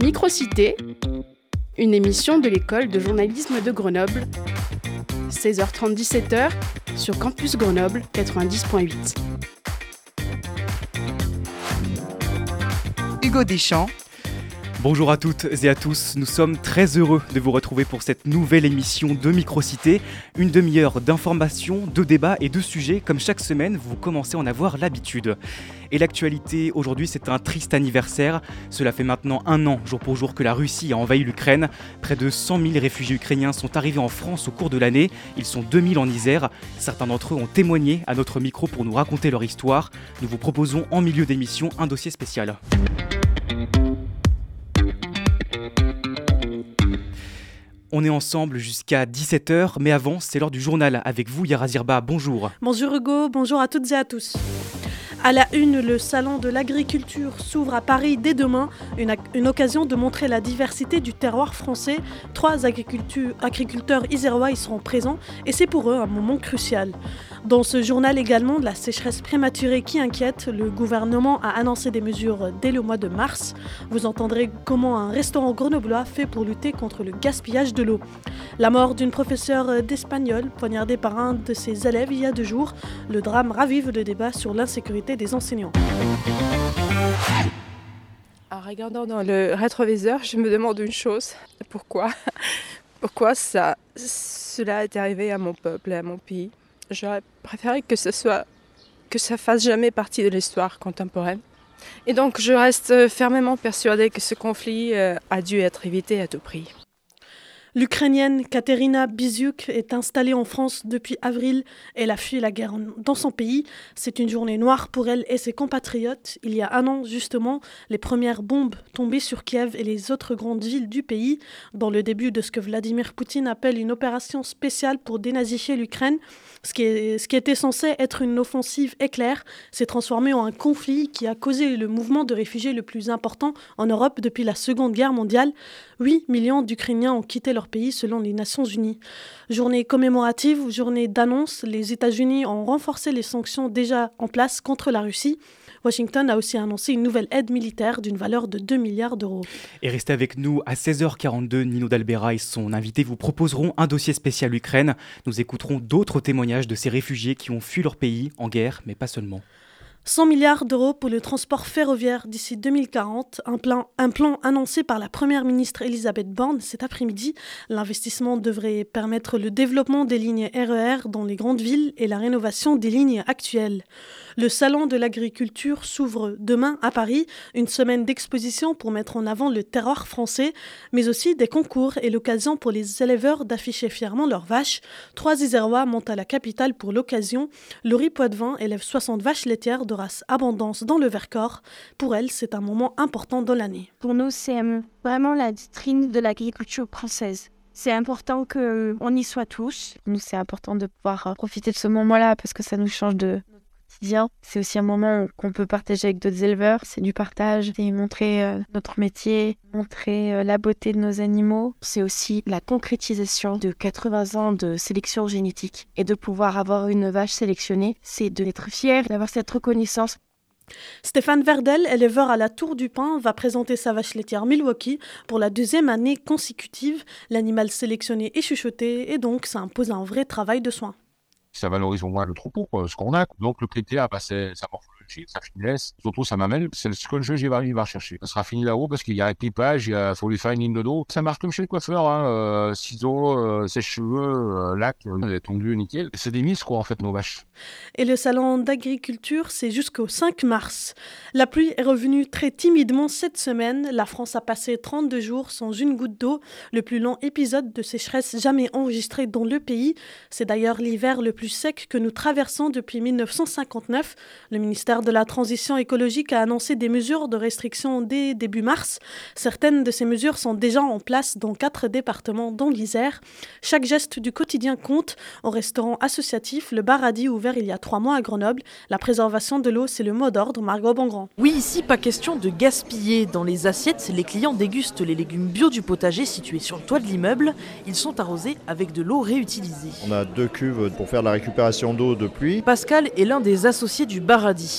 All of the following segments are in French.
Microcité, une émission de l'école de journalisme de Grenoble, 16h30-17h sur Campus Grenoble 90.8. Hugo Deschamps. Bonjour à toutes et à tous, nous sommes très heureux de vous retrouver pour cette nouvelle émission de Microcité. Une demi-heure d'informations, de débats et de sujets, comme chaque semaine, vous commencez à en avoir l'habitude. Et l'actualité, aujourd'hui, c'est un triste anniversaire. Cela fait maintenant 1 an, jour pour jour, que la Russie a envahi l'Ukraine. Près de 100 000 réfugiés ukrainiens sont arrivés en France au cours de l'année. Ils sont 2000 en Isère. Certains d'entre eux ont témoigné à notre micro pour nous raconter leur histoire. Nous vous proposons en milieu d'émission un dossier spécial. On est ensemble jusqu'à 17h, mais avant, c'est l'heure du journal. Avec vous, Yara Zirba, bonjour. Bonjour Hugo, bonjour à toutes et à tous. À la une, le salon de l'agriculture s'ouvre à Paris dès demain, une occasion de montrer la diversité du terroir français. 3 agriculteurs isérois y seront présents et c'est pour eux un moment crucial. Dans ce journal également, de la sécheresse prématurée qui inquiète, le gouvernement a annoncé des mesures dès le mois de mars. Vous entendrez comment un restaurant grenoblois fait pour lutter contre le gaspillage de l'eau. La mort d'une professeure d'espagnol poignardée par un de ses élèves il y a 2 jours. Le drame ravive le débat sur l'insécurité des enseignants. En regardant dans le rétroviseur, je me demande une chose. Pourquoi cela est arrivé à mon peuple et à mon pays? J'aurais préféré que ça fasse jamais partie de l'histoire contemporaine. Et donc je reste fermement persuadée que ce conflit a dû être évité à tout prix. L'Ukrainienne Katerina Biziuk est installée en France depuis avril. Elle a fui la guerre dans son pays. C'est une journée noire pour elle et ses compatriotes. Il y a 1 an, justement, les premières bombes tombaient sur Kiev et les autres grandes villes du pays. Dans le début de ce que Vladimir Poutine appelle une opération spéciale pour dénazifier l'Ukraine, ce qui était censé être une offensive éclair s'est transformé en un conflit qui a causé le mouvement de réfugiés le plus important en Europe depuis la Seconde Guerre mondiale. 8 millions d'Ukrainiens ont quitté leur pays selon les Nations Unies. Journée commémorative ou journée d'annonce, les États-Unis ont renforcé les sanctions déjà en place contre la Russie. Washington a aussi annoncé une nouvelle aide militaire d'une valeur de 2 milliards d'euros. Et restez avec nous à 16h42, Nino D'Albera et son invité vous proposeront un dossier spécial Ukraine. Nous écouterons d'autres témoignages de ces réfugiés qui ont fui leur pays en guerre, mais pas seulement. 100 milliards d'euros pour le transport ferroviaire d'ici 2040, un plan annoncé par la première ministre Elisabeth Borne cet après-midi. L'investissement devrait permettre le développement des lignes RER dans les grandes villes et la rénovation des lignes actuelles. Le salon de l'agriculture s'ouvre demain à Paris, une semaine d'exposition pour mettre en avant le terroir français, mais aussi des concours et l'occasion pour les éleveurs d'afficher fièrement leurs vaches. 3 Isérois montent à la capitale pour l'occasion. Laurie Poitvin élève 60 vaches laitières de race Abondance dans le Vercors. Pour elle, c'est un moment important dans l'année. Pour nous, c'est vraiment la vitrine de l'agriculture française. C'est important qu'on y soit tous. Nous, c'est important de pouvoir profiter de ce moment-là parce que ça nous change de notre quotidien. C'est aussi un moment qu'on peut partager avec d'autres éleveurs. C'est du partage, c'est montrer notre métier, montrer la beauté de nos animaux. C'est aussi la concrétisation de 80 ans de sélection génétique et de pouvoir avoir une vache sélectionnée. C'est d'être fier, d'avoir cette reconnaissance. Stéphane Verdel, éleveur à la Tour du Pin, va présenter sa vache laitière Milwaukee pour la 2e année consécutive. L'animal sélectionné est chuchoté et donc ça impose un vrai travail de soin. Ça valorise au moins le troupeau, ce qu'on a. Donc le critère, c'est sa morphologie, sa finesse, surtout sa mamelle. C'est ce que le juge il va chercher. Ça sera fini là-haut parce qu'il y a un clipage, il faut lui faire une ligne de dos. Ça marche comme chez le coiffeur, ciseaux, sèche-cheveux, lac, tondu, nickel. C'est des mises en fait nos vaches. Et le salon d'agriculture, c'est jusqu'au 5 mars. La pluie est revenue très timidement cette semaine. La France a passé 32 jours sans une goutte d'eau, le plus long épisode de sécheresse jamais enregistré dans le pays. C'est d'ailleurs l'hiver le plus sec que nous traversons depuis 1959. Le ministère de la Transition écologique a annoncé des mesures de restriction dès début mars. Certaines de ces mesures sont déjà en place dans 4 départements dont l'Isère. Chaque geste du quotidien compte. Au restaurant associatif, le Baradi, ouvert il y a 3 mois à Grenoble, la préservation de l'eau, c'est le mot d'ordre. Margot Bongrand. Oui, ici, pas question de gaspiller. Dans les assiettes, les clients dégustent les légumes bio du potager situé sur le toit de l'immeuble. Ils sont arrosés avec de l'eau réutilisée. On a 2 cuves pour faire de la récupération d'eau de pluie. Pascal est l'un des associés du Baradi.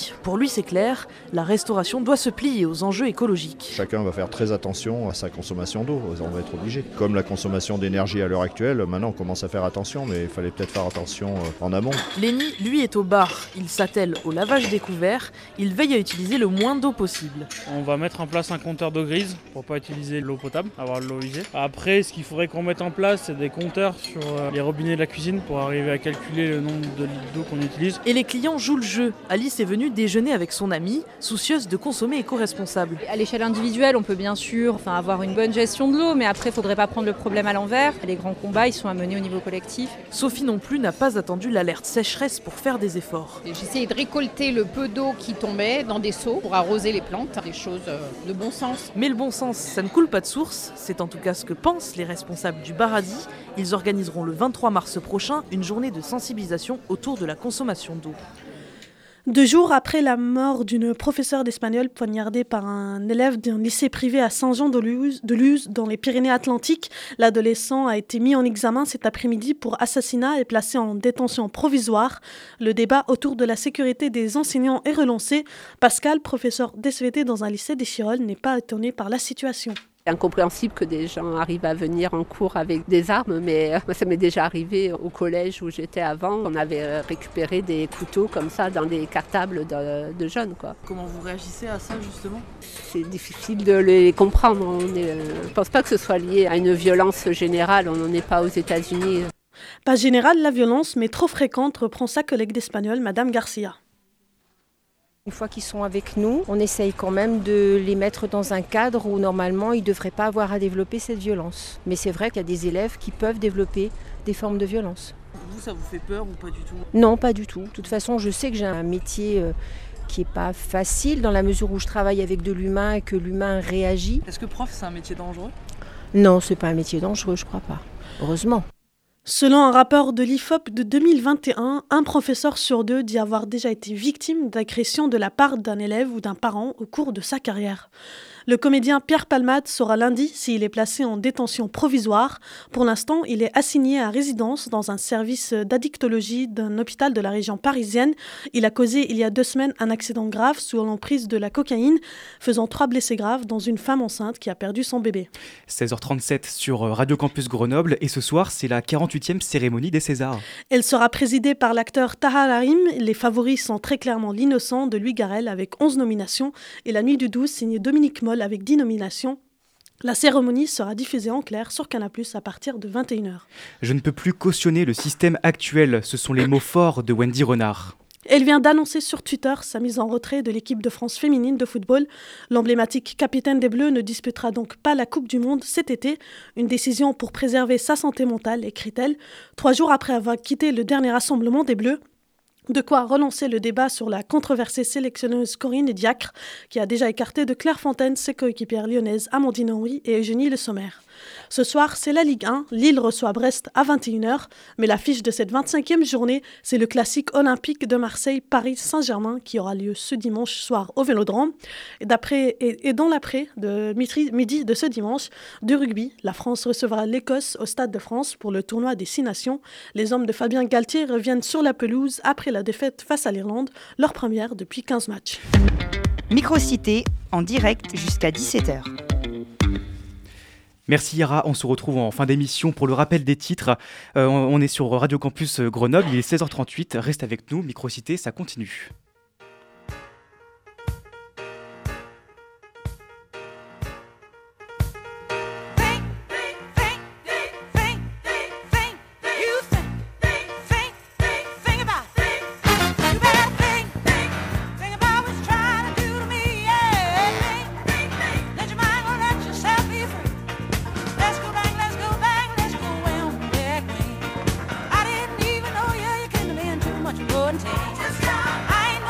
écologie. Pour lui, c'est clair, la restauration doit se plier aux enjeux écologiques. Chacun va faire très attention à sa consommation d'eau, on va être obligé. Comme la consommation d'énergie à l'heure actuelle, maintenant on commence à faire attention, mais il fallait peut-être faire attention en amont. Lenny, lui, est au bar. Il s'attelle au lavage des couverts, il veille à utiliser le moins d'eau possible. On va mettre en place un compteur d'eau grise pour pas utiliser l'eau potable, avoir de l'eau usée. Après, ce qu'il faudrait qu'on mette en place, c'est des compteurs sur les robinets de la cuisine pour arriver à calculer le nombre de litres d'eau qu'on utilise. Et les clients jouent le jeu. Alice est venue déjeuner avec son amie, soucieuse de consommer éco-responsable. À l'échelle individuelle, on peut bien sûr avoir une bonne gestion de l'eau, mais après, il ne faudrait pas prendre le problème à l'envers. Les grands combats, ils sont à mener au niveau collectif. Sophie non plus n'a pas attendu l'alerte sécheresse pour faire des efforts. J'essayais de récolter le peu d'eau qui tombait dans des seaux pour arroser les plantes, des choses de bon sens. Mais le bon sens, ça ne coule pas de source, c'est en tout cas ce que pensent les responsables du Baradis. Ils organiseront le 23 mars prochain une journée de sensibilisation autour de la consommation d'eau. 2 jours après la mort d'une professeure d'espagnol poignardée par un élève d'un lycée privé à Saint-Jean-de-Luz dans les Pyrénées-Atlantiques, l'adolescent a été mis en examen cet après-midi pour assassinat et placé en détention provisoire. Le débat autour de la sécurité des enseignants est relancé. Pascal, professeur d'SVT dans un lycée d'Échirolles, n'est pas étonné par la situation. C'est incompréhensible que des gens arrivent à venir en cours avec des armes, mais moi ça m'est déjà arrivé au collège où j'étais avant. On avait récupéré des couteaux comme ça dans des cartables de jeunes, quoi. Comment vous réagissez à ça justement ? C'est difficile de les comprendre. Je ne pense pas que ce soit lié à une violence générale, on n'en est pas aux États-Unis. Pas générale la violence, mais trop fréquente, reprend sa collègue d'espagnol, Madame Garcia. Une fois qu'ils sont avec nous, on essaye quand même de les mettre dans un cadre où normalement ils ne devraient pas avoir à développer cette violence. Mais c'est vrai qu'il y a des élèves qui peuvent développer des formes de violence. Vous, ça vous fait peur ou pas du tout ? Non, pas du tout. De toute façon, je sais que j'ai un métier qui n'est pas facile dans la mesure où je travaille avec de l'humain et que l'humain réagit. Est-ce que prof, c'est un métier dangereux ? Non, c'est pas un métier dangereux, je crois pas. Heureusement. Selon un rapport de l'IFOP de 2021, un professeur sur 2 dit avoir déjà été victime d'agression de la part d'un élève ou d'un parent au cours de sa carrière. Le comédien Pierre Palmade saura lundi s'il est placé en détention provisoire. Pour l'instant, il est assigné à résidence dans un service d'addictologie d'un hôpital de la région parisienne. Il a causé il y a 2 semaines un accident grave sous l'emprise de la cocaïne, faisant 3 blessés graves dont une femme enceinte qui a perdu son bébé. 16h37 sur Radio Campus Grenoble et ce soir, c'est la 48e cérémonie des Césars. Elle sera présidée par l'acteur Tahar Harim. Les favoris sont très clairement L'Innocent de Louis Garrel avec 11 nominations et La Nuit du 12 signé Dominique Moll avec 10 nominations. La cérémonie sera diffusée en clair sur Canal+ à partir de 21h. Je ne peux plus cautionner le système actuel, ce sont les mots forts de Wendy Renard. Elle vient d'annoncer sur Twitter sa mise en retrait de l'équipe de France féminine de football. L'emblématique capitaine des Bleus ne disputera donc pas la Coupe du Monde cet été. Une décision pour préserver sa santé mentale, écrit-elle, 3 jours après avoir quitté le dernier rassemblement des Bleus. De quoi relancer le débat sur la controversée sélectionneuse Corinne Diacre, qui a déjà écarté de Clairefontaine ses coéquipières lyonnaises Amandine Henry et Eugénie Le Sommer. Ce soir, c'est la Ligue 1. Lille reçoit Brest à 21h. Mais l'affiche de cette 25e journée, c'est le classique olympique de Marseille-Paris-Saint-Germain qui aura lieu ce dimanche soir au Vélodrome. Et dans l'après de midi de ce dimanche, du rugby, la France recevra l'Écosse au Stade de France pour le tournoi des 6 nations. Les hommes de Fabien Galtier reviennent sur la pelouse après la défaite face à l'Irlande, leur première depuis 15 matchs. Microcité, en direct jusqu'à 17h. Merci Yara, on se retrouve en fin d'émission pour le rappel des titres. On est sur Radio Campus Grenoble, il est 16h38, reste avec nous, Microcité, ça continue. I ain't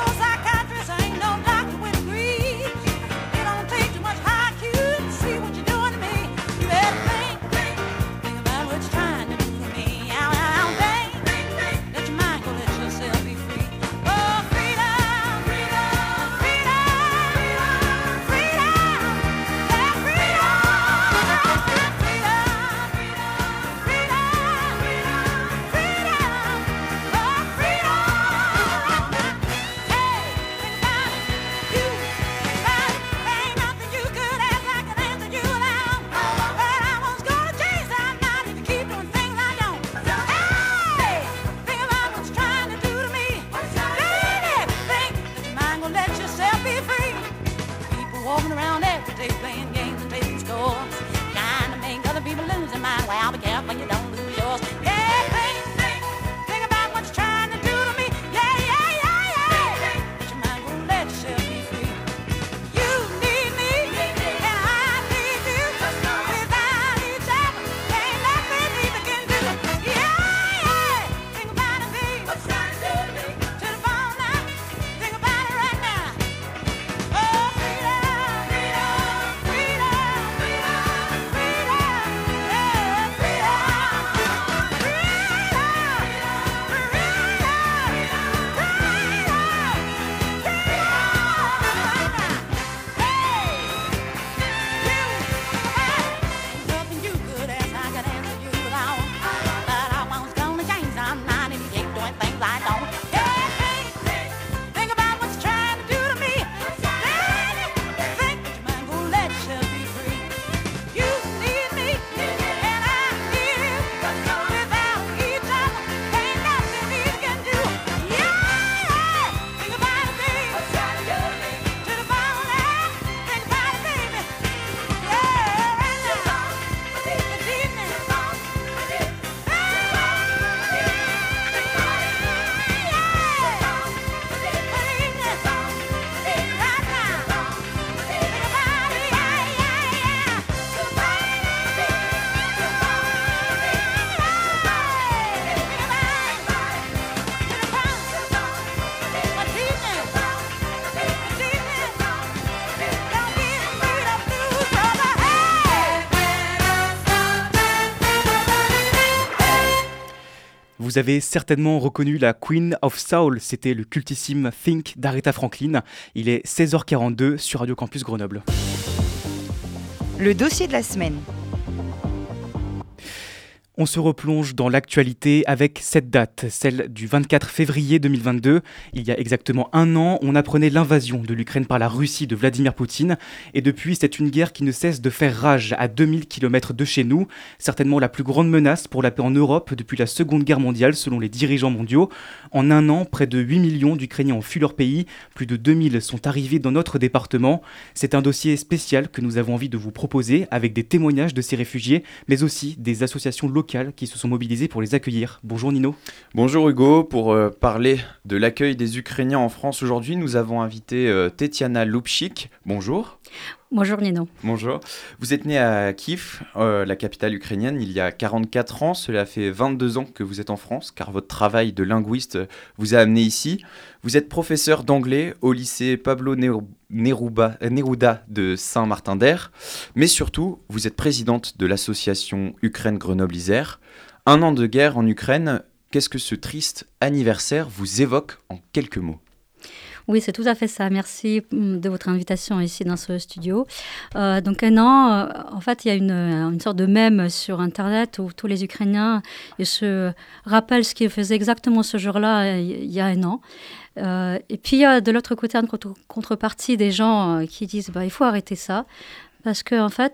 days playing games and taking scores, trying to make other people lose their mind. Well, be careful you don't lose yours. Yeah, think about what you're trying to do to me. Yeah, yeah, yeah, yeah. But your mind won't let yourself be free. You need me, and I need you. Without each other, ain't nothing we can do. Yeah, yeah. Think about it, babe. What you trying to do to me? To the bone now. Think about it right now. Oh, freedom, freedom, freedom, freedom, freedom, yeah, nothing you could ask, I could answer you without. But I was gonna change, I'm not in shape doing things I don't. Think about what you're trying to do to me. Think that your mind won't let yourself be free. You need me, and I need you. Without each other, ain't nothing we can do. Yeah, think about it, baby. What you trying to do to me? To the bone now. Think about it, baby. Yeah, right now. This evening. Vous avez certainement reconnu la Queen of Soul, c'était le cultissime Think d'Aretha Franklin. Il est 16h42 sur Radio Campus Grenoble. Le dossier de la semaine. On se replonge dans l'actualité avec cette date, celle du 24 février 2022. Il y a exactement un an, on apprenait l'invasion de l'Ukraine par la Russie de Vladimir Poutine. Et depuis, c'est une guerre qui ne cesse de faire rage à 2000 km de chez nous. Certainement la plus grande menace pour la paix en Europe depuis la Seconde Guerre mondiale, selon les dirigeants mondiaux. En un an, près de 8 millions d'Ukrainiens ont fui leur pays. Plus de 2000 sont arrivés dans notre département. C'est un dossier spécial que nous avons envie de vous proposer avec des témoignages de ces réfugiés, mais aussi des associations locales qui se sont mobilisées pour les accueillir. Bonjour Nino. Bonjour Hugo, pour parler de l'accueil des Ukrainiens en France aujourd'hui, nous avons invité Tetiana Lubchik. Bonjour. Bonjour Nino. Bonjour. Vous êtes né à Kiev, la capitale ukrainienne, il y a 44 ans. Cela fait 22 ans que vous êtes en France, car votre travail de linguiste vous a amené ici. Vous êtes professeur d'anglais au lycée Pablo Neruda de Saint-Martin-d'Air. Mais surtout, vous êtes présidente de l'association Ukraine-Grenoble-Isère. Un an de guerre en Ukraine, qu'est-ce que ce triste anniversaire vous évoque en quelques mots ? Oui, c'est tout à fait ça. Merci de votre invitation ici dans ce studio. Donc un an, en fait, il y a une sorte de mème sur Internet où tous les Ukrainiens ils se rappellent ce qu'ils faisaient exactement ce jour-là, il y a un an. Et puis, il y a de l'autre côté une contrepartie des gens qui disent il faut arrêter ça. Parce que en fait,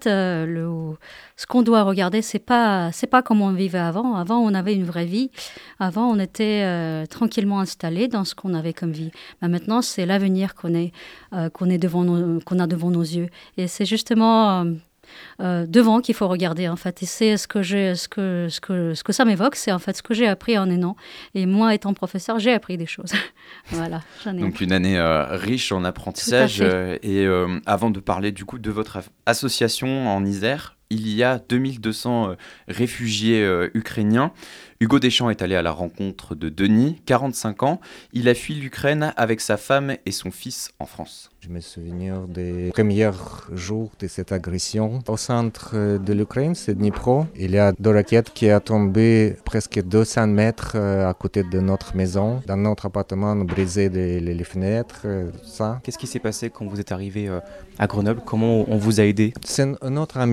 ce qu'on doit regarder, c'est pas comment on vivait avant. Avant, on avait une vraie vie. Avant, on était tranquillement installé dans ce qu'on avait comme vie. Mais maintenant, c'est l'avenir qu'on a devant nos yeux. Et c'est justement devant qu'il faut regarder en fait. Et c'est ce que ça m'évoque, c'est en fait ce que j'ai appris en un an. Et moi, étant professeur, j'ai appris des choses. Voilà. Donc une année riche en apprentissage. Et avant de parler du coup de votre association en Isère, il y a 2200 réfugiés ukrainiens. Hugo Deschamps est allé à la rencontre de Denis, 45 ans. Il a fui l'Ukraine avec sa femme et son fils en France. Je me souviens des premiers jours de cette agression. Au centre de l'Ukraine, c'est Dnipro. Il y a 2 raquettes qui ont tombé presque 200 mètres à côté de notre maison. Dans notre appartement, on a brisé les fenêtres, tout ça. Qu'est-ce qui s'est passé quand vous êtes arrivé à Grenoble ? Comment on vous a aidé ? C'est notre ami. Nous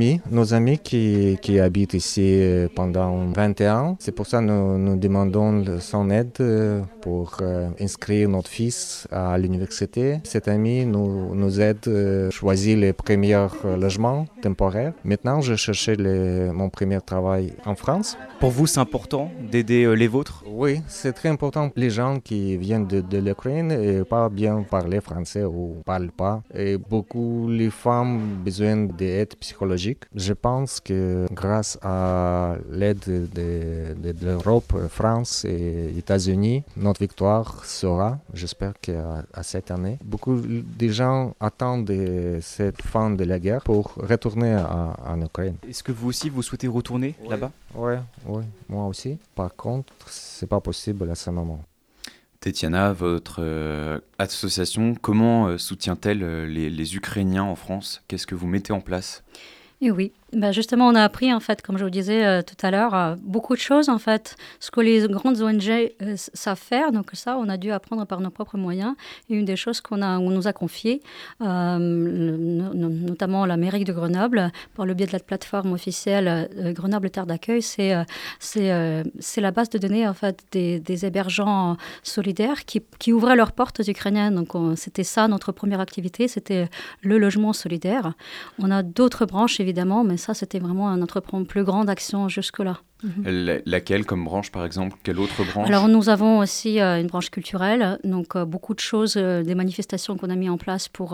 nos amis qui habitent ici pendant 21 ans. C'est pour ça que nous demandons son aide pour inscrire notre fils à l'université. Cet ami nous aide à choisir les premiers logements temporaires. Maintenant, je cherchais mon premier travail en France. Pour vous, c'est important d'aider les vôtres? Oui, c'est très important. Les gens qui viennent de l'Ukraine et pas bien parler français ou ne parlent pas. Et beaucoup les femmes ont besoin d'aide psychologique. Je pense que grâce à l'aide de l'Europe, France et États-Unis, notre victoire sera, j'espère qu'à cette année. Beaucoup de gens attendent cette fin de la guerre pour retourner en Ukraine. Est-ce que vous aussi, vous souhaitez retourner là-bas? Oui, moi aussi. Par contre, c'est pas possible à ce moment. Tetiana, votre association, comment soutient-elle les Ukrainiens en France? Qu'est-ce que vous mettez en place? Et oui, justement, on a appris, en fait, comme je vous disais tout à l'heure, beaucoup de choses, en fait, ce que les grandes ONG savent faire. Donc ça, on a dû apprendre par nos propres moyens. Et une des choses qu'on nous a confiées, notamment la mairie de Grenoble, par le biais de la plateforme officielle Grenoble Terre d'accueil, c'est la base de données, en fait, des hébergeants solidaires qui ouvraient leurs portes aux Ukrainiens. Donc c'était ça, notre première activité, c'était le logement solidaire. On a d'autres branches, évidemment, mais ça, c'était vraiment notre plus grande action jusque-là. Laquelle comme branche, par exemple? Quelle autre branche? Alors, nous avons aussi une branche culturelle, donc beaucoup de choses, des manifestations qu'on a mis en place pour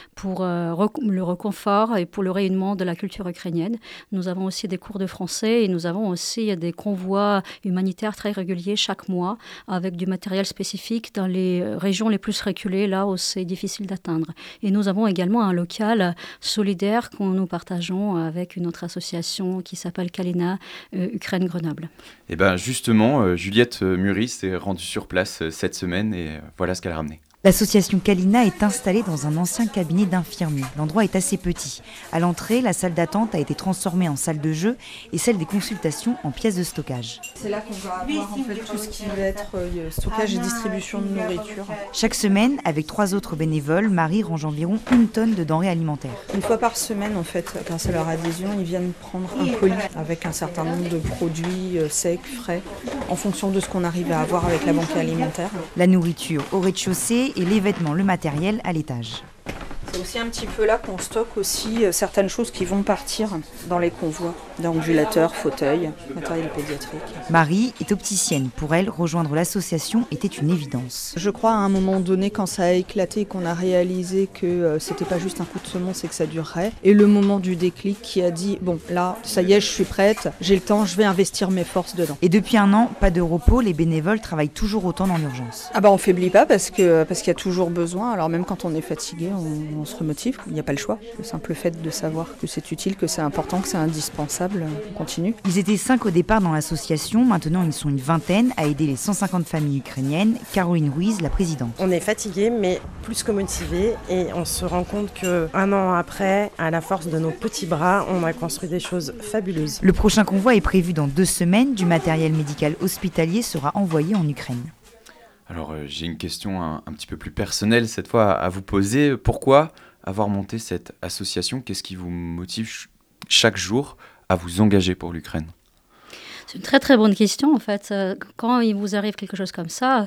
le réconfort et pour le rayonnement de la culture ukrainienne. Nous avons aussi des cours de français et nous avons aussi des convois humanitaires très réguliers chaque mois avec du matériel spécifique dans les régions les plus reculées, là où c'est difficile d'atteindre. Et nous avons également un local solidaire que nous partageons avec une autre association qui s'appelle Kalina Ukraine Grenoble. Et bien justement, Juliette Muris s'est rendue sur place cette semaine et voilà ce qu'elle a ramené. L'association Kalina est installée dans un ancien cabinet d'infirmiers. L'endroit est assez petit. À l'entrée, la salle d'attente a été transformée en salle de jeu et celle des consultations en pièce de stockage. C'est là qu'on va avoir en fait tout ce qui va être stockage et distribution de nourriture. Chaque semaine, avec 3 autres bénévoles, Marie range environ 1 tonne de denrées alimentaires. Une fois par semaine, en fait, grâce à leur adhésion, ils viennent prendre un colis avec un certain nombre de produits secs, frais, en fonction de ce qu'on arrive à avoir avec la banque alimentaire. La nourriture au rez-de-chaussée et les vêtements, le matériel à l'étage. C'est aussi un petit peu là qu'on stocke aussi certaines choses qui vont partir dans les convois, d'ambulateurs, fauteuils, matériel pédiatrique. Marie est opticienne. Pour elle, rejoindre l'association était une évidence. Je crois à un moment donné, quand ça a éclaté, qu'on a réalisé que c'était pas juste un coup de semonce et que ça durerait. Et le moment du déclic qui a dit, bon là, ça y est, je suis prête, j'ai le temps, je vais investir mes forces dedans. Et depuis 1 an, pas de repos, les bénévoles travaillent toujours autant dans l'urgence. Ah bah on faiblit pas parce qu'il y a toujours besoin. Alors même quand on est fatigué, on se remotive, il n'y a pas le choix. Le simple fait de savoir que c'est utile, que c'est important, que c'est indispensable, on continue. Ils étaient 5 au départ dans l'association, maintenant ils sont une vingtaine à aider les 150 familles ukrainiennes. Caroline Ruiz, la présidente. On est fatigué mais plus que motivé et on se rend compte qu'1 an après, à la force de nos petits bras, on a construit des choses fabuleuses. Le prochain convoi est prévu dans 2 semaines. Du matériel médical hospitalier sera envoyé en Ukraine. Alors j'ai une question un petit peu plus personnelle cette fois à vous poser. Pourquoi avoir monté cette association? Qu'est-ce qui vous motive chaque jour à vous engager pour l'Ukraine? C'est une très très bonne question en fait. Quand il vous arrive quelque chose comme ça,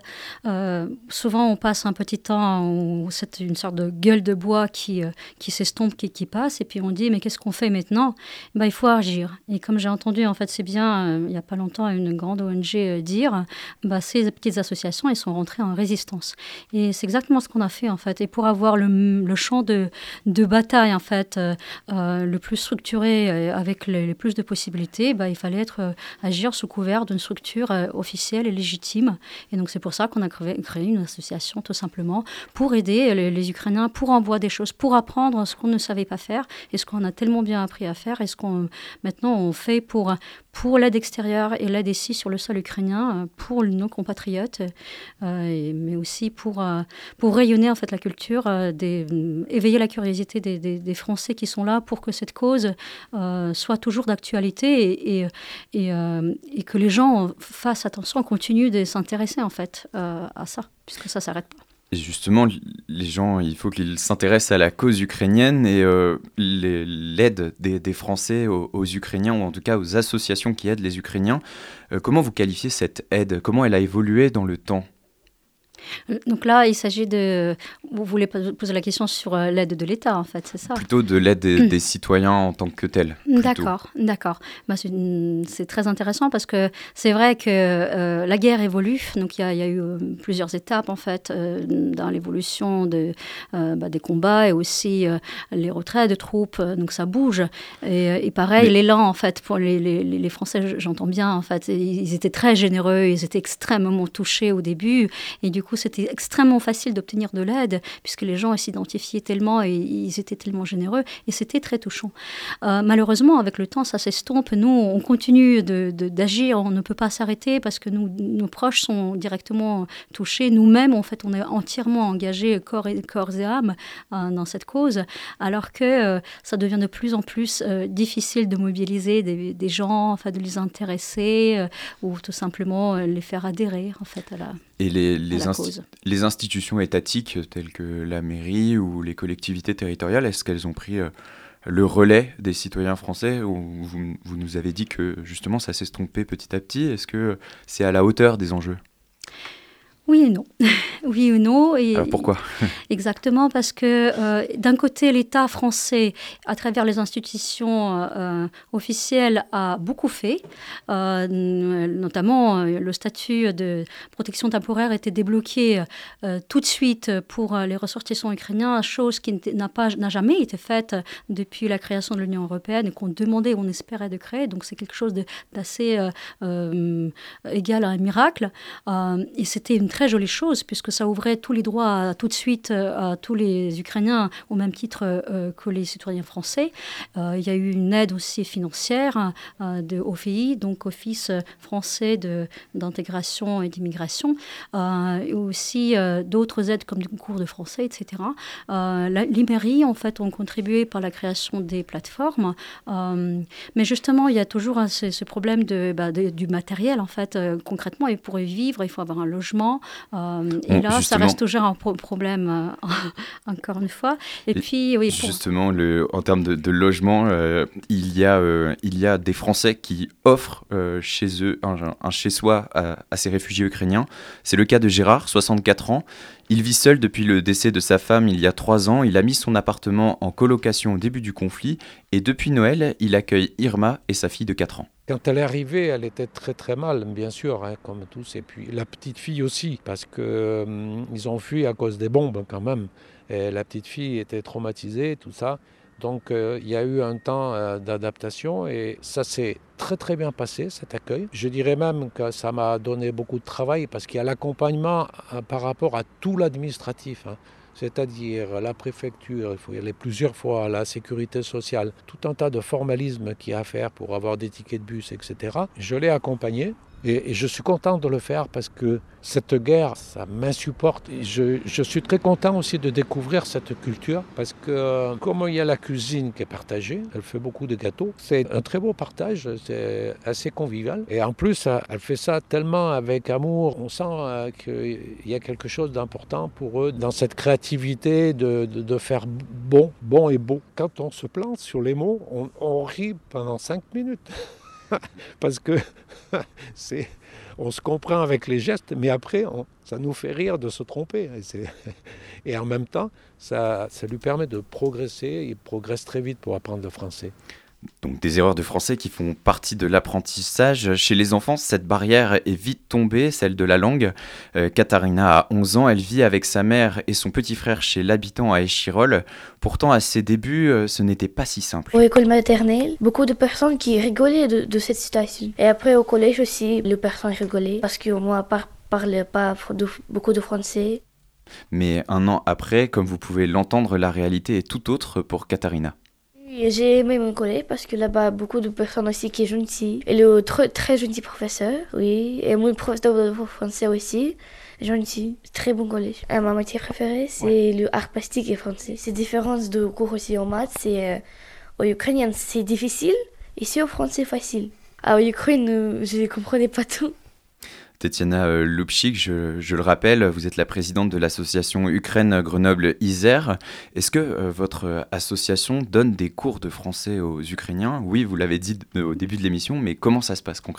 souvent on passe un petit temps où c'est une sorte de gueule de bois qui s'estompe, qui passe, et puis on dit mais qu'est-ce qu'on fait maintenant? Il faut agir. Et comme j'ai entendu en fait, c'est bien, il n'y a pas longtemps une grande ONG dire, ces petites associations elles sont rentrées en résistance. Et c'est exactement ce qu'on a fait en fait. Et pour avoir le champ de bataille en fait le plus structuré avec le plus de possibilités, il fallait agir sous couvert d'une structure officielle et légitime. Et donc c'est pour ça qu'on a créé une association tout simplement pour aider les Ukrainiens, pour envoyer des choses, pour apprendre ce qu'on ne savait pas faire et ce qu'on a tellement bien appris à faire et ce qu'on maintenant on fait pour l'aide extérieure et l'aide ici sur le sol ukrainien, pour nos compatriotes, mais aussi pour rayonner en fait la culture, éveiller la curiosité des Français qui sont là pour que cette cause soit toujours d'actualité et que les gens fassent attention, continuent de s'intéresser en fait à ça, puisque ça ne s'arrête pas. Et justement, les gens, il faut qu'ils s'intéressent à la cause ukrainienne et l'aide des Français aux Ukrainiens, ou en tout cas aux associations qui aident les Ukrainiens. Comment vous qualifiez cette aide? Comment elle a évolué dans le temps? Donc là, il s'agit de... Vous voulez poser la question sur l'aide de l'État, en fait, c'est ça? Plutôt de l'aide des citoyens en tant que tels. D'accord. Bah, c'est très intéressant parce que c'est vrai que la guerre évolue. Donc il y a eu plusieurs étapes, en fait, dans l'évolution des combats et aussi les retraits de troupes. Donc ça bouge. Et pareil, l'élan, en fait, pour les Français, j'entends bien, en fait, ils étaient très généreux, ils étaient extrêmement touchés au début. Et du coup, c'était extrêmement facile d'obtenir de l'aide puisque les gens s'identifiaient tellement et ils étaient tellement généreux et c'était très touchant. Malheureusement, avec le temps, ça s'estompe. Nous, on continue d'agir, on ne peut pas s'arrêter parce que nos proches sont directement touchés. Nous-mêmes, en fait, on est entièrement engagés corps et âme dans cette cause, alors que ça devient de plus en plus difficile de mobiliser des gens, enfin, de les intéresser ou tout simplement les faire adhérer, en fait, à la... Et les institutions étatiques telles que la mairie ou les collectivités territoriales, est-ce qu'elles ont pris le relais des citoyens français? Vous nous avez dit que justement ça s'estompait petit à petit. Est-ce que c'est à la hauteur des enjeux? Oui et non. Oui ou non. Alors pourquoi? Exactement, parce que d'un côté, l'État français, à travers les institutions officielles, a beaucoup fait. Notamment, le statut de protection temporaire était débloqué tout de suite pour les ressortissants ukrainiens, chose qui n'a jamais été faite depuis la création de l'Union européenne et qu'on demandait, on espérait de créer. Donc c'est quelque chose d'assez égal à un miracle. Et c'était une très jolie chose, puisque ça ouvrait tous les droits tout de suite à tous les Ukrainiens au même titre que les citoyens français. Il y a eu une aide aussi financière de OFII, donc Office français d'intégration et d'immigration, et aussi d'autres aides comme du concours de français, etc. Les mairies, en fait, ont contribué par la création des plateformes, mais justement, il y a toujours ce problème du matériel, en fait. Concrètement, et pour y vivre, il faut avoir un logement. Et là, ça reste toujours un problème, encore une fois. Et puis, oui, justement, en termes de logement, il y a des Français qui offrent chez eux un chez-soi à ces réfugiés ukrainiens. C'est le cas de Gérard, 64 ans. Il vit seul depuis le décès de sa femme il y a 3 ans. Il a mis son appartement en colocation au début du conflit. Et depuis Noël, il accueille Irma et sa fille de 4 ans. Quand elle est arrivée, elle était très très mal, bien sûr, comme tous. Et puis la petite fille aussi, parce qu'ils ont fui à cause des bombes quand même. Et la petite fille était traumatisée, tout ça. Donc il y a eu un temps d'adaptation et ça s'est très très bien passé, cet accueil. Je dirais même que ça m'a donné beaucoup de travail parce qu'il y a l'accompagnement par rapport à tout l'administratif. C'est-à-dire la préfecture, il faut y aller plusieurs fois, la sécurité sociale, tout un tas de formalismes qu'il y a à faire pour avoir des tickets de bus, etc. Je l'ai accompagné. Et je suis content de le faire parce que cette guerre, ça m'insupporte. Et je suis très content aussi de découvrir cette culture parce que comme il y a la cuisine qui est partagée, elle fait beaucoup de gâteaux. C'est un très beau partage, c'est assez convivial. Et en plus, elle fait ça tellement avec amour. On sent qu'il y a quelque chose d'important pour eux dans cette créativité de faire bon et beau. Quand on se plante sur les mots, on rit pendant 5 minutes. Parce que on se comprend avec les gestes, mais après, ça nous fait rire de se tromper. Et en même temps, ça lui permet de progresser. Il progresse très vite pour apprendre le français. Donc des erreurs de français qui font partie de l'apprentissage. Chez les enfants, cette barrière est vite tombée, celle de la langue. Katharina a 11 ans, elle vit avec sa mère et son petit frère chez l'habitant à Échirol. Pourtant, à ses débuts, ce n'était pas si simple. Au école maternelle, beaucoup de personnes qui rigolaient de cette situation. Et après au collège aussi, les personnes rigolaient parce que moi, je ne parlais pas beaucoup de français. Mais un an après, comme vous pouvez l'entendre, la réalité est tout autre pour Katharina. J'ai aimé mon collège parce que là-bas, beaucoup de personnes aussi qui sont gentilles. Et le très gentil professeur, oui. Et mon professeur de français aussi, gentil. Très bon collège. Et ma matière préférée, c'est le art plastique et français. C'est différent de cours aussi en maths. C'est au ukrainien, c'est difficile. Ici, au français, facile. En Ukraine, je ne comprenais pas tout. Tetiana Lubchik, je le rappelle, vous êtes la présidente de l'association Ukraine Grenoble-Isère. Est-ce que votre association donne des cours de français aux Ukrainiens ? Oui, vous l'avez dit au début de l'émission, mais comment ça se passe concrètement ?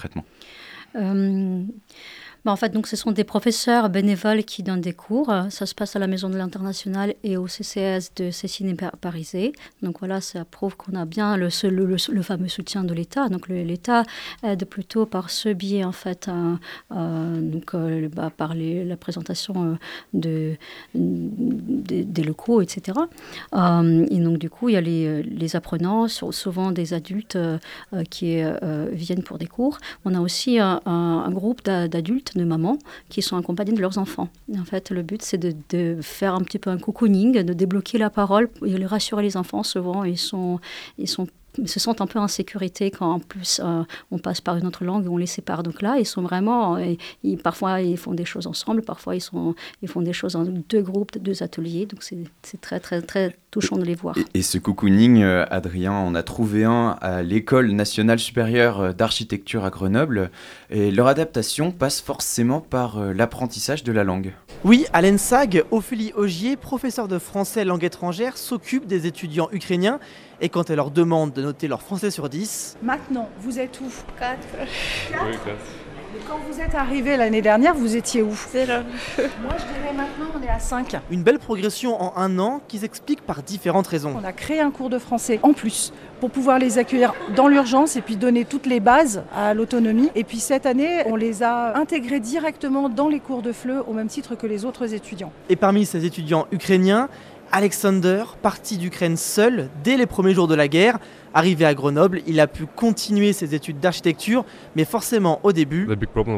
En fait, donc, ce sont des professeurs bénévoles qui donnent des cours. Ça se passe à la Maison de l'International et au CCS de Cécine-Parisé. Donc voilà, ça prouve qu'on a bien le fameux soutien de l'État. Donc l'État aide plutôt par ce biais, en fait, par la présentation des locaux, etc. Et donc du coup, il y a les apprenants, souvent des adultes qui viennent pour des cours. On a aussi un groupe d'adultes, de mamans qui sont accompagnées de leurs enfants. Et en fait, le but, c'est de faire un petit peu un cocooning, de débloquer la parole et de rassurer les enfants. Souvent, ils se sentent un peu en sécurité quand en plus on passe par une autre langue et on les sépare. Donc là, ils sont vraiment... parfois, ils font des choses ensemble. Parfois, ils font des choses en 2 groupes, 2 ateliers. Donc c'est très, très, très touchant de les voir. Et ce cocooning, Adrien, on a trouvé un à l'École nationale supérieure d'architecture à Grenoble. Et leur adaptation passe forcément par l'apprentissage de la langue. Oui, à l'ENSAG, Ophélie Augier, professeure de français langue étrangère, s'occupe des étudiants ukrainiens. Et quand elle leur demande de noter leur français sur 10... Maintenant, vous êtes où 4. Oui, 4. Et quand vous êtes arrivé l'année dernière, vous étiez où 0. Moi, je dirais maintenant, on est à 5. Une belle progression en 1 an qui s'explique par différentes raisons. On a créé un cours de français en plus pour pouvoir les accueillir dans l'urgence et puis donner toutes les bases à l'autonomie. Et puis cette année, on les a intégrés directement dans les cours de FLE au même titre que les autres étudiants. Et parmi ces étudiants ukrainiens, Alexander, parti d'Ukraine seul dès les premiers jours de la guerre, arrivé à Grenoble, il a pu continuer ses études d'architecture, mais forcément au début...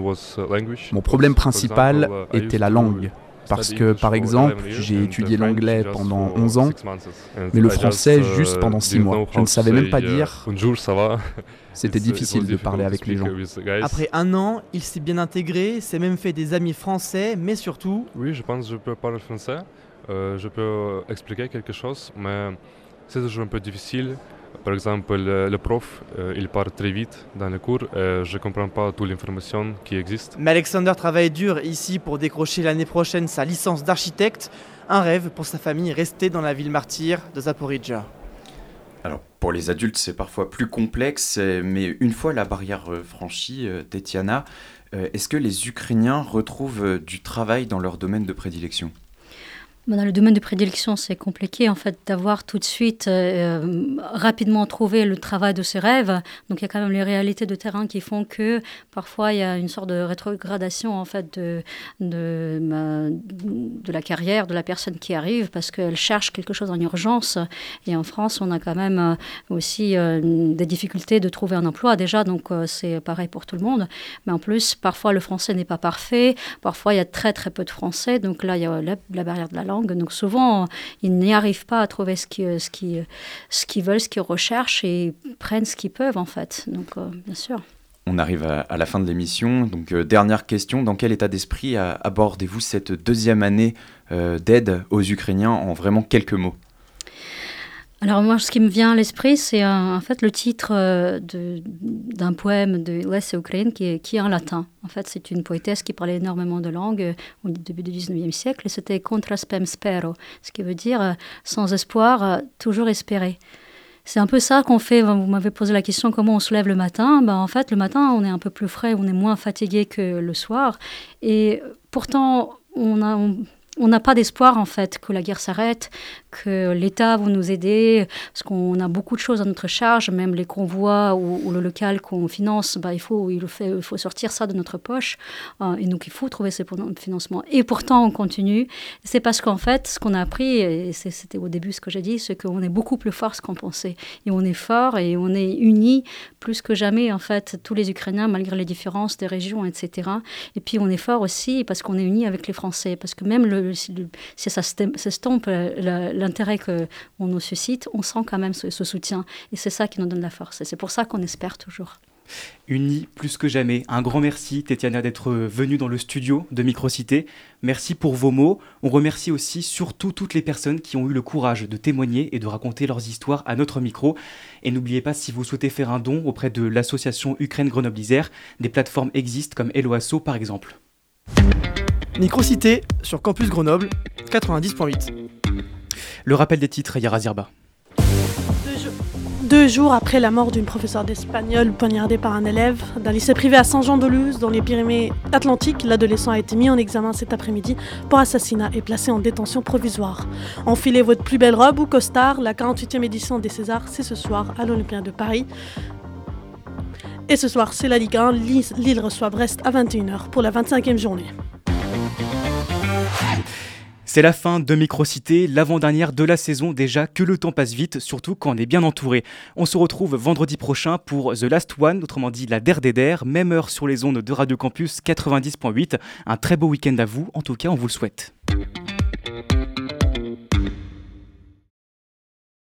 Mon problème principal était la langue. Parce que, par exemple, j'ai étudié l'anglais pendant 11 ans, mais le français juste pendant 6 mois. Je ne savais même pas dire... C'était difficile de parler avec les gens. Après 1 an, il s'est bien intégré, s'est même fait des amis français, mais surtout... Oui, je pense que je peux parler français. Je peux expliquer quelque chose, mais c'est toujours un peu difficile. Par exemple, le prof, il parle très vite dans le cours et je ne comprends pas toute l'information qui existe. Mais Alexander travaille dur ici pour décrocher l'année prochaine sa licence d'architecte. Un rêve pour sa famille, rester dans la ville martyre de Zaporizhzhia. Alors, pour les adultes, c'est parfois plus complexe, mais une fois la barrière franchie, Tetiana, est-ce que les Ukrainiens retrouvent du travail dans leur domaine de prédilection ? Dans le domaine de prédilection, c'est compliqué en fait d'avoir tout de suite rapidement trouvé le travail de ses rêves. Donc il y a quand même les réalités de terrain qui font que parfois il y a une sorte de rétrogradation en fait de la carrière de la personne qui arrive parce qu'elle cherche quelque chose en urgence. Et en France, on a quand même aussi des difficultés de trouver un emploi déjà, donc c'est pareil pour tout le monde. Mais en plus, parfois le français n'est pas parfait. Parfois il y a très très peu de français. Donc là il y a la barrière de la langue. Donc souvent, ils n'y arrivent pas à trouver ce qu'ils veulent, ce qu'ils recherchent et prennent ce qu'ils peuvent en fait. Donc bien sûr. On arrive à la fin de l'émission. Donc dernière question, dans quel état d'esprit abordez-vous cette 2e année d'aide aux Ukrainiens en vraiment quelques mots ? Alors moi, ce qui me vient à l'esprit, c'est en fait le titre d'un poème de Lesse Ukraine qui est en latin. En fait, c'est une poétesse qui parlait énormément de langues au début du 19e siècle. Et c'était Contra spem spero, ce qui veut dire sans espoir, toujours espérer. C'est un peu ça qu'on fait. Vous m'avez posé la question comment on se lève le matin. En fait, le matin, on est un peu plus frais, on est moins fatigué que le soir. Et pourtant, on n'a pas d'espoir en fait que la guerre s'arrête, que l'État va nous aider, parce qu'on a beaucoup de choses à notre charge, même les convois ou le local qu'on finance, il faut sortir ça de notre poche, et donc il faut trouver ces financements. Et pourtant on continue, c'est parce qu'en fait ce qu'on a appris, et c'était au début ce que j'ai dit, c'est qu'on est beaucoup plus fort que ce qu'on pensait, et on est fort et on est unis plus que jamais en fait, tous les Ukrainiens malgré les différences des régions, etc. Et puis on est fort aussi parce qu'on est unis avec les Français, parce que même si ça s'estompe l'intérêt qu'on nous suscite, on sent quand même ce soutien. Et c'est ça qui nous donne la force. Et c'est pour ça qu'on espère toujours. Unis plus que jamais. Un grand merci, Tétiana, d'être venue dans le studio de Microcité. Merci pour vos mots. On remercie aussi surtout toutes les personnes qui ont eu le courage de témoigner et de raconter leurs histoires à notre micro. Et n'oubliez pas, si vous souhaitez faire un don auprès de l'association Ukraine Grenoble-Isère, des plateformes existent comme Helloasso par exemple. Microcité sur Campus Grenoble 90.8. Le rappel des titres, Yara Zirba. 2 jours après la mort d'une professeure d'espagnol poignardée par un élève d'un lycée privé à Saint-Jean-de-Luz, dans les Pyrénées-Atlantiques, l'adolescent a été mis en examen cet après-midi pour assassinat et placé en détention provisoire. Enfilez votre plus belle robe ou costard, la 48e édition des Césars, c'est ce soir à l'Olympia de Paris. Et ce soir, c'est la Ligue 1, Lille reçoit Brest à 21h pour la 25e journée. C'est la fin de Microcité, l'avant-dernière de la saison déjà, que le temps passe vite, surtout quand on est bien entouré. On se retrouve vendredi prochain pour The Last One, autrement dit la der des der, même heure sur les ondes de Radio Campus 90.8. Un très beau week-end à vous, en tout cas on vous le souhaite.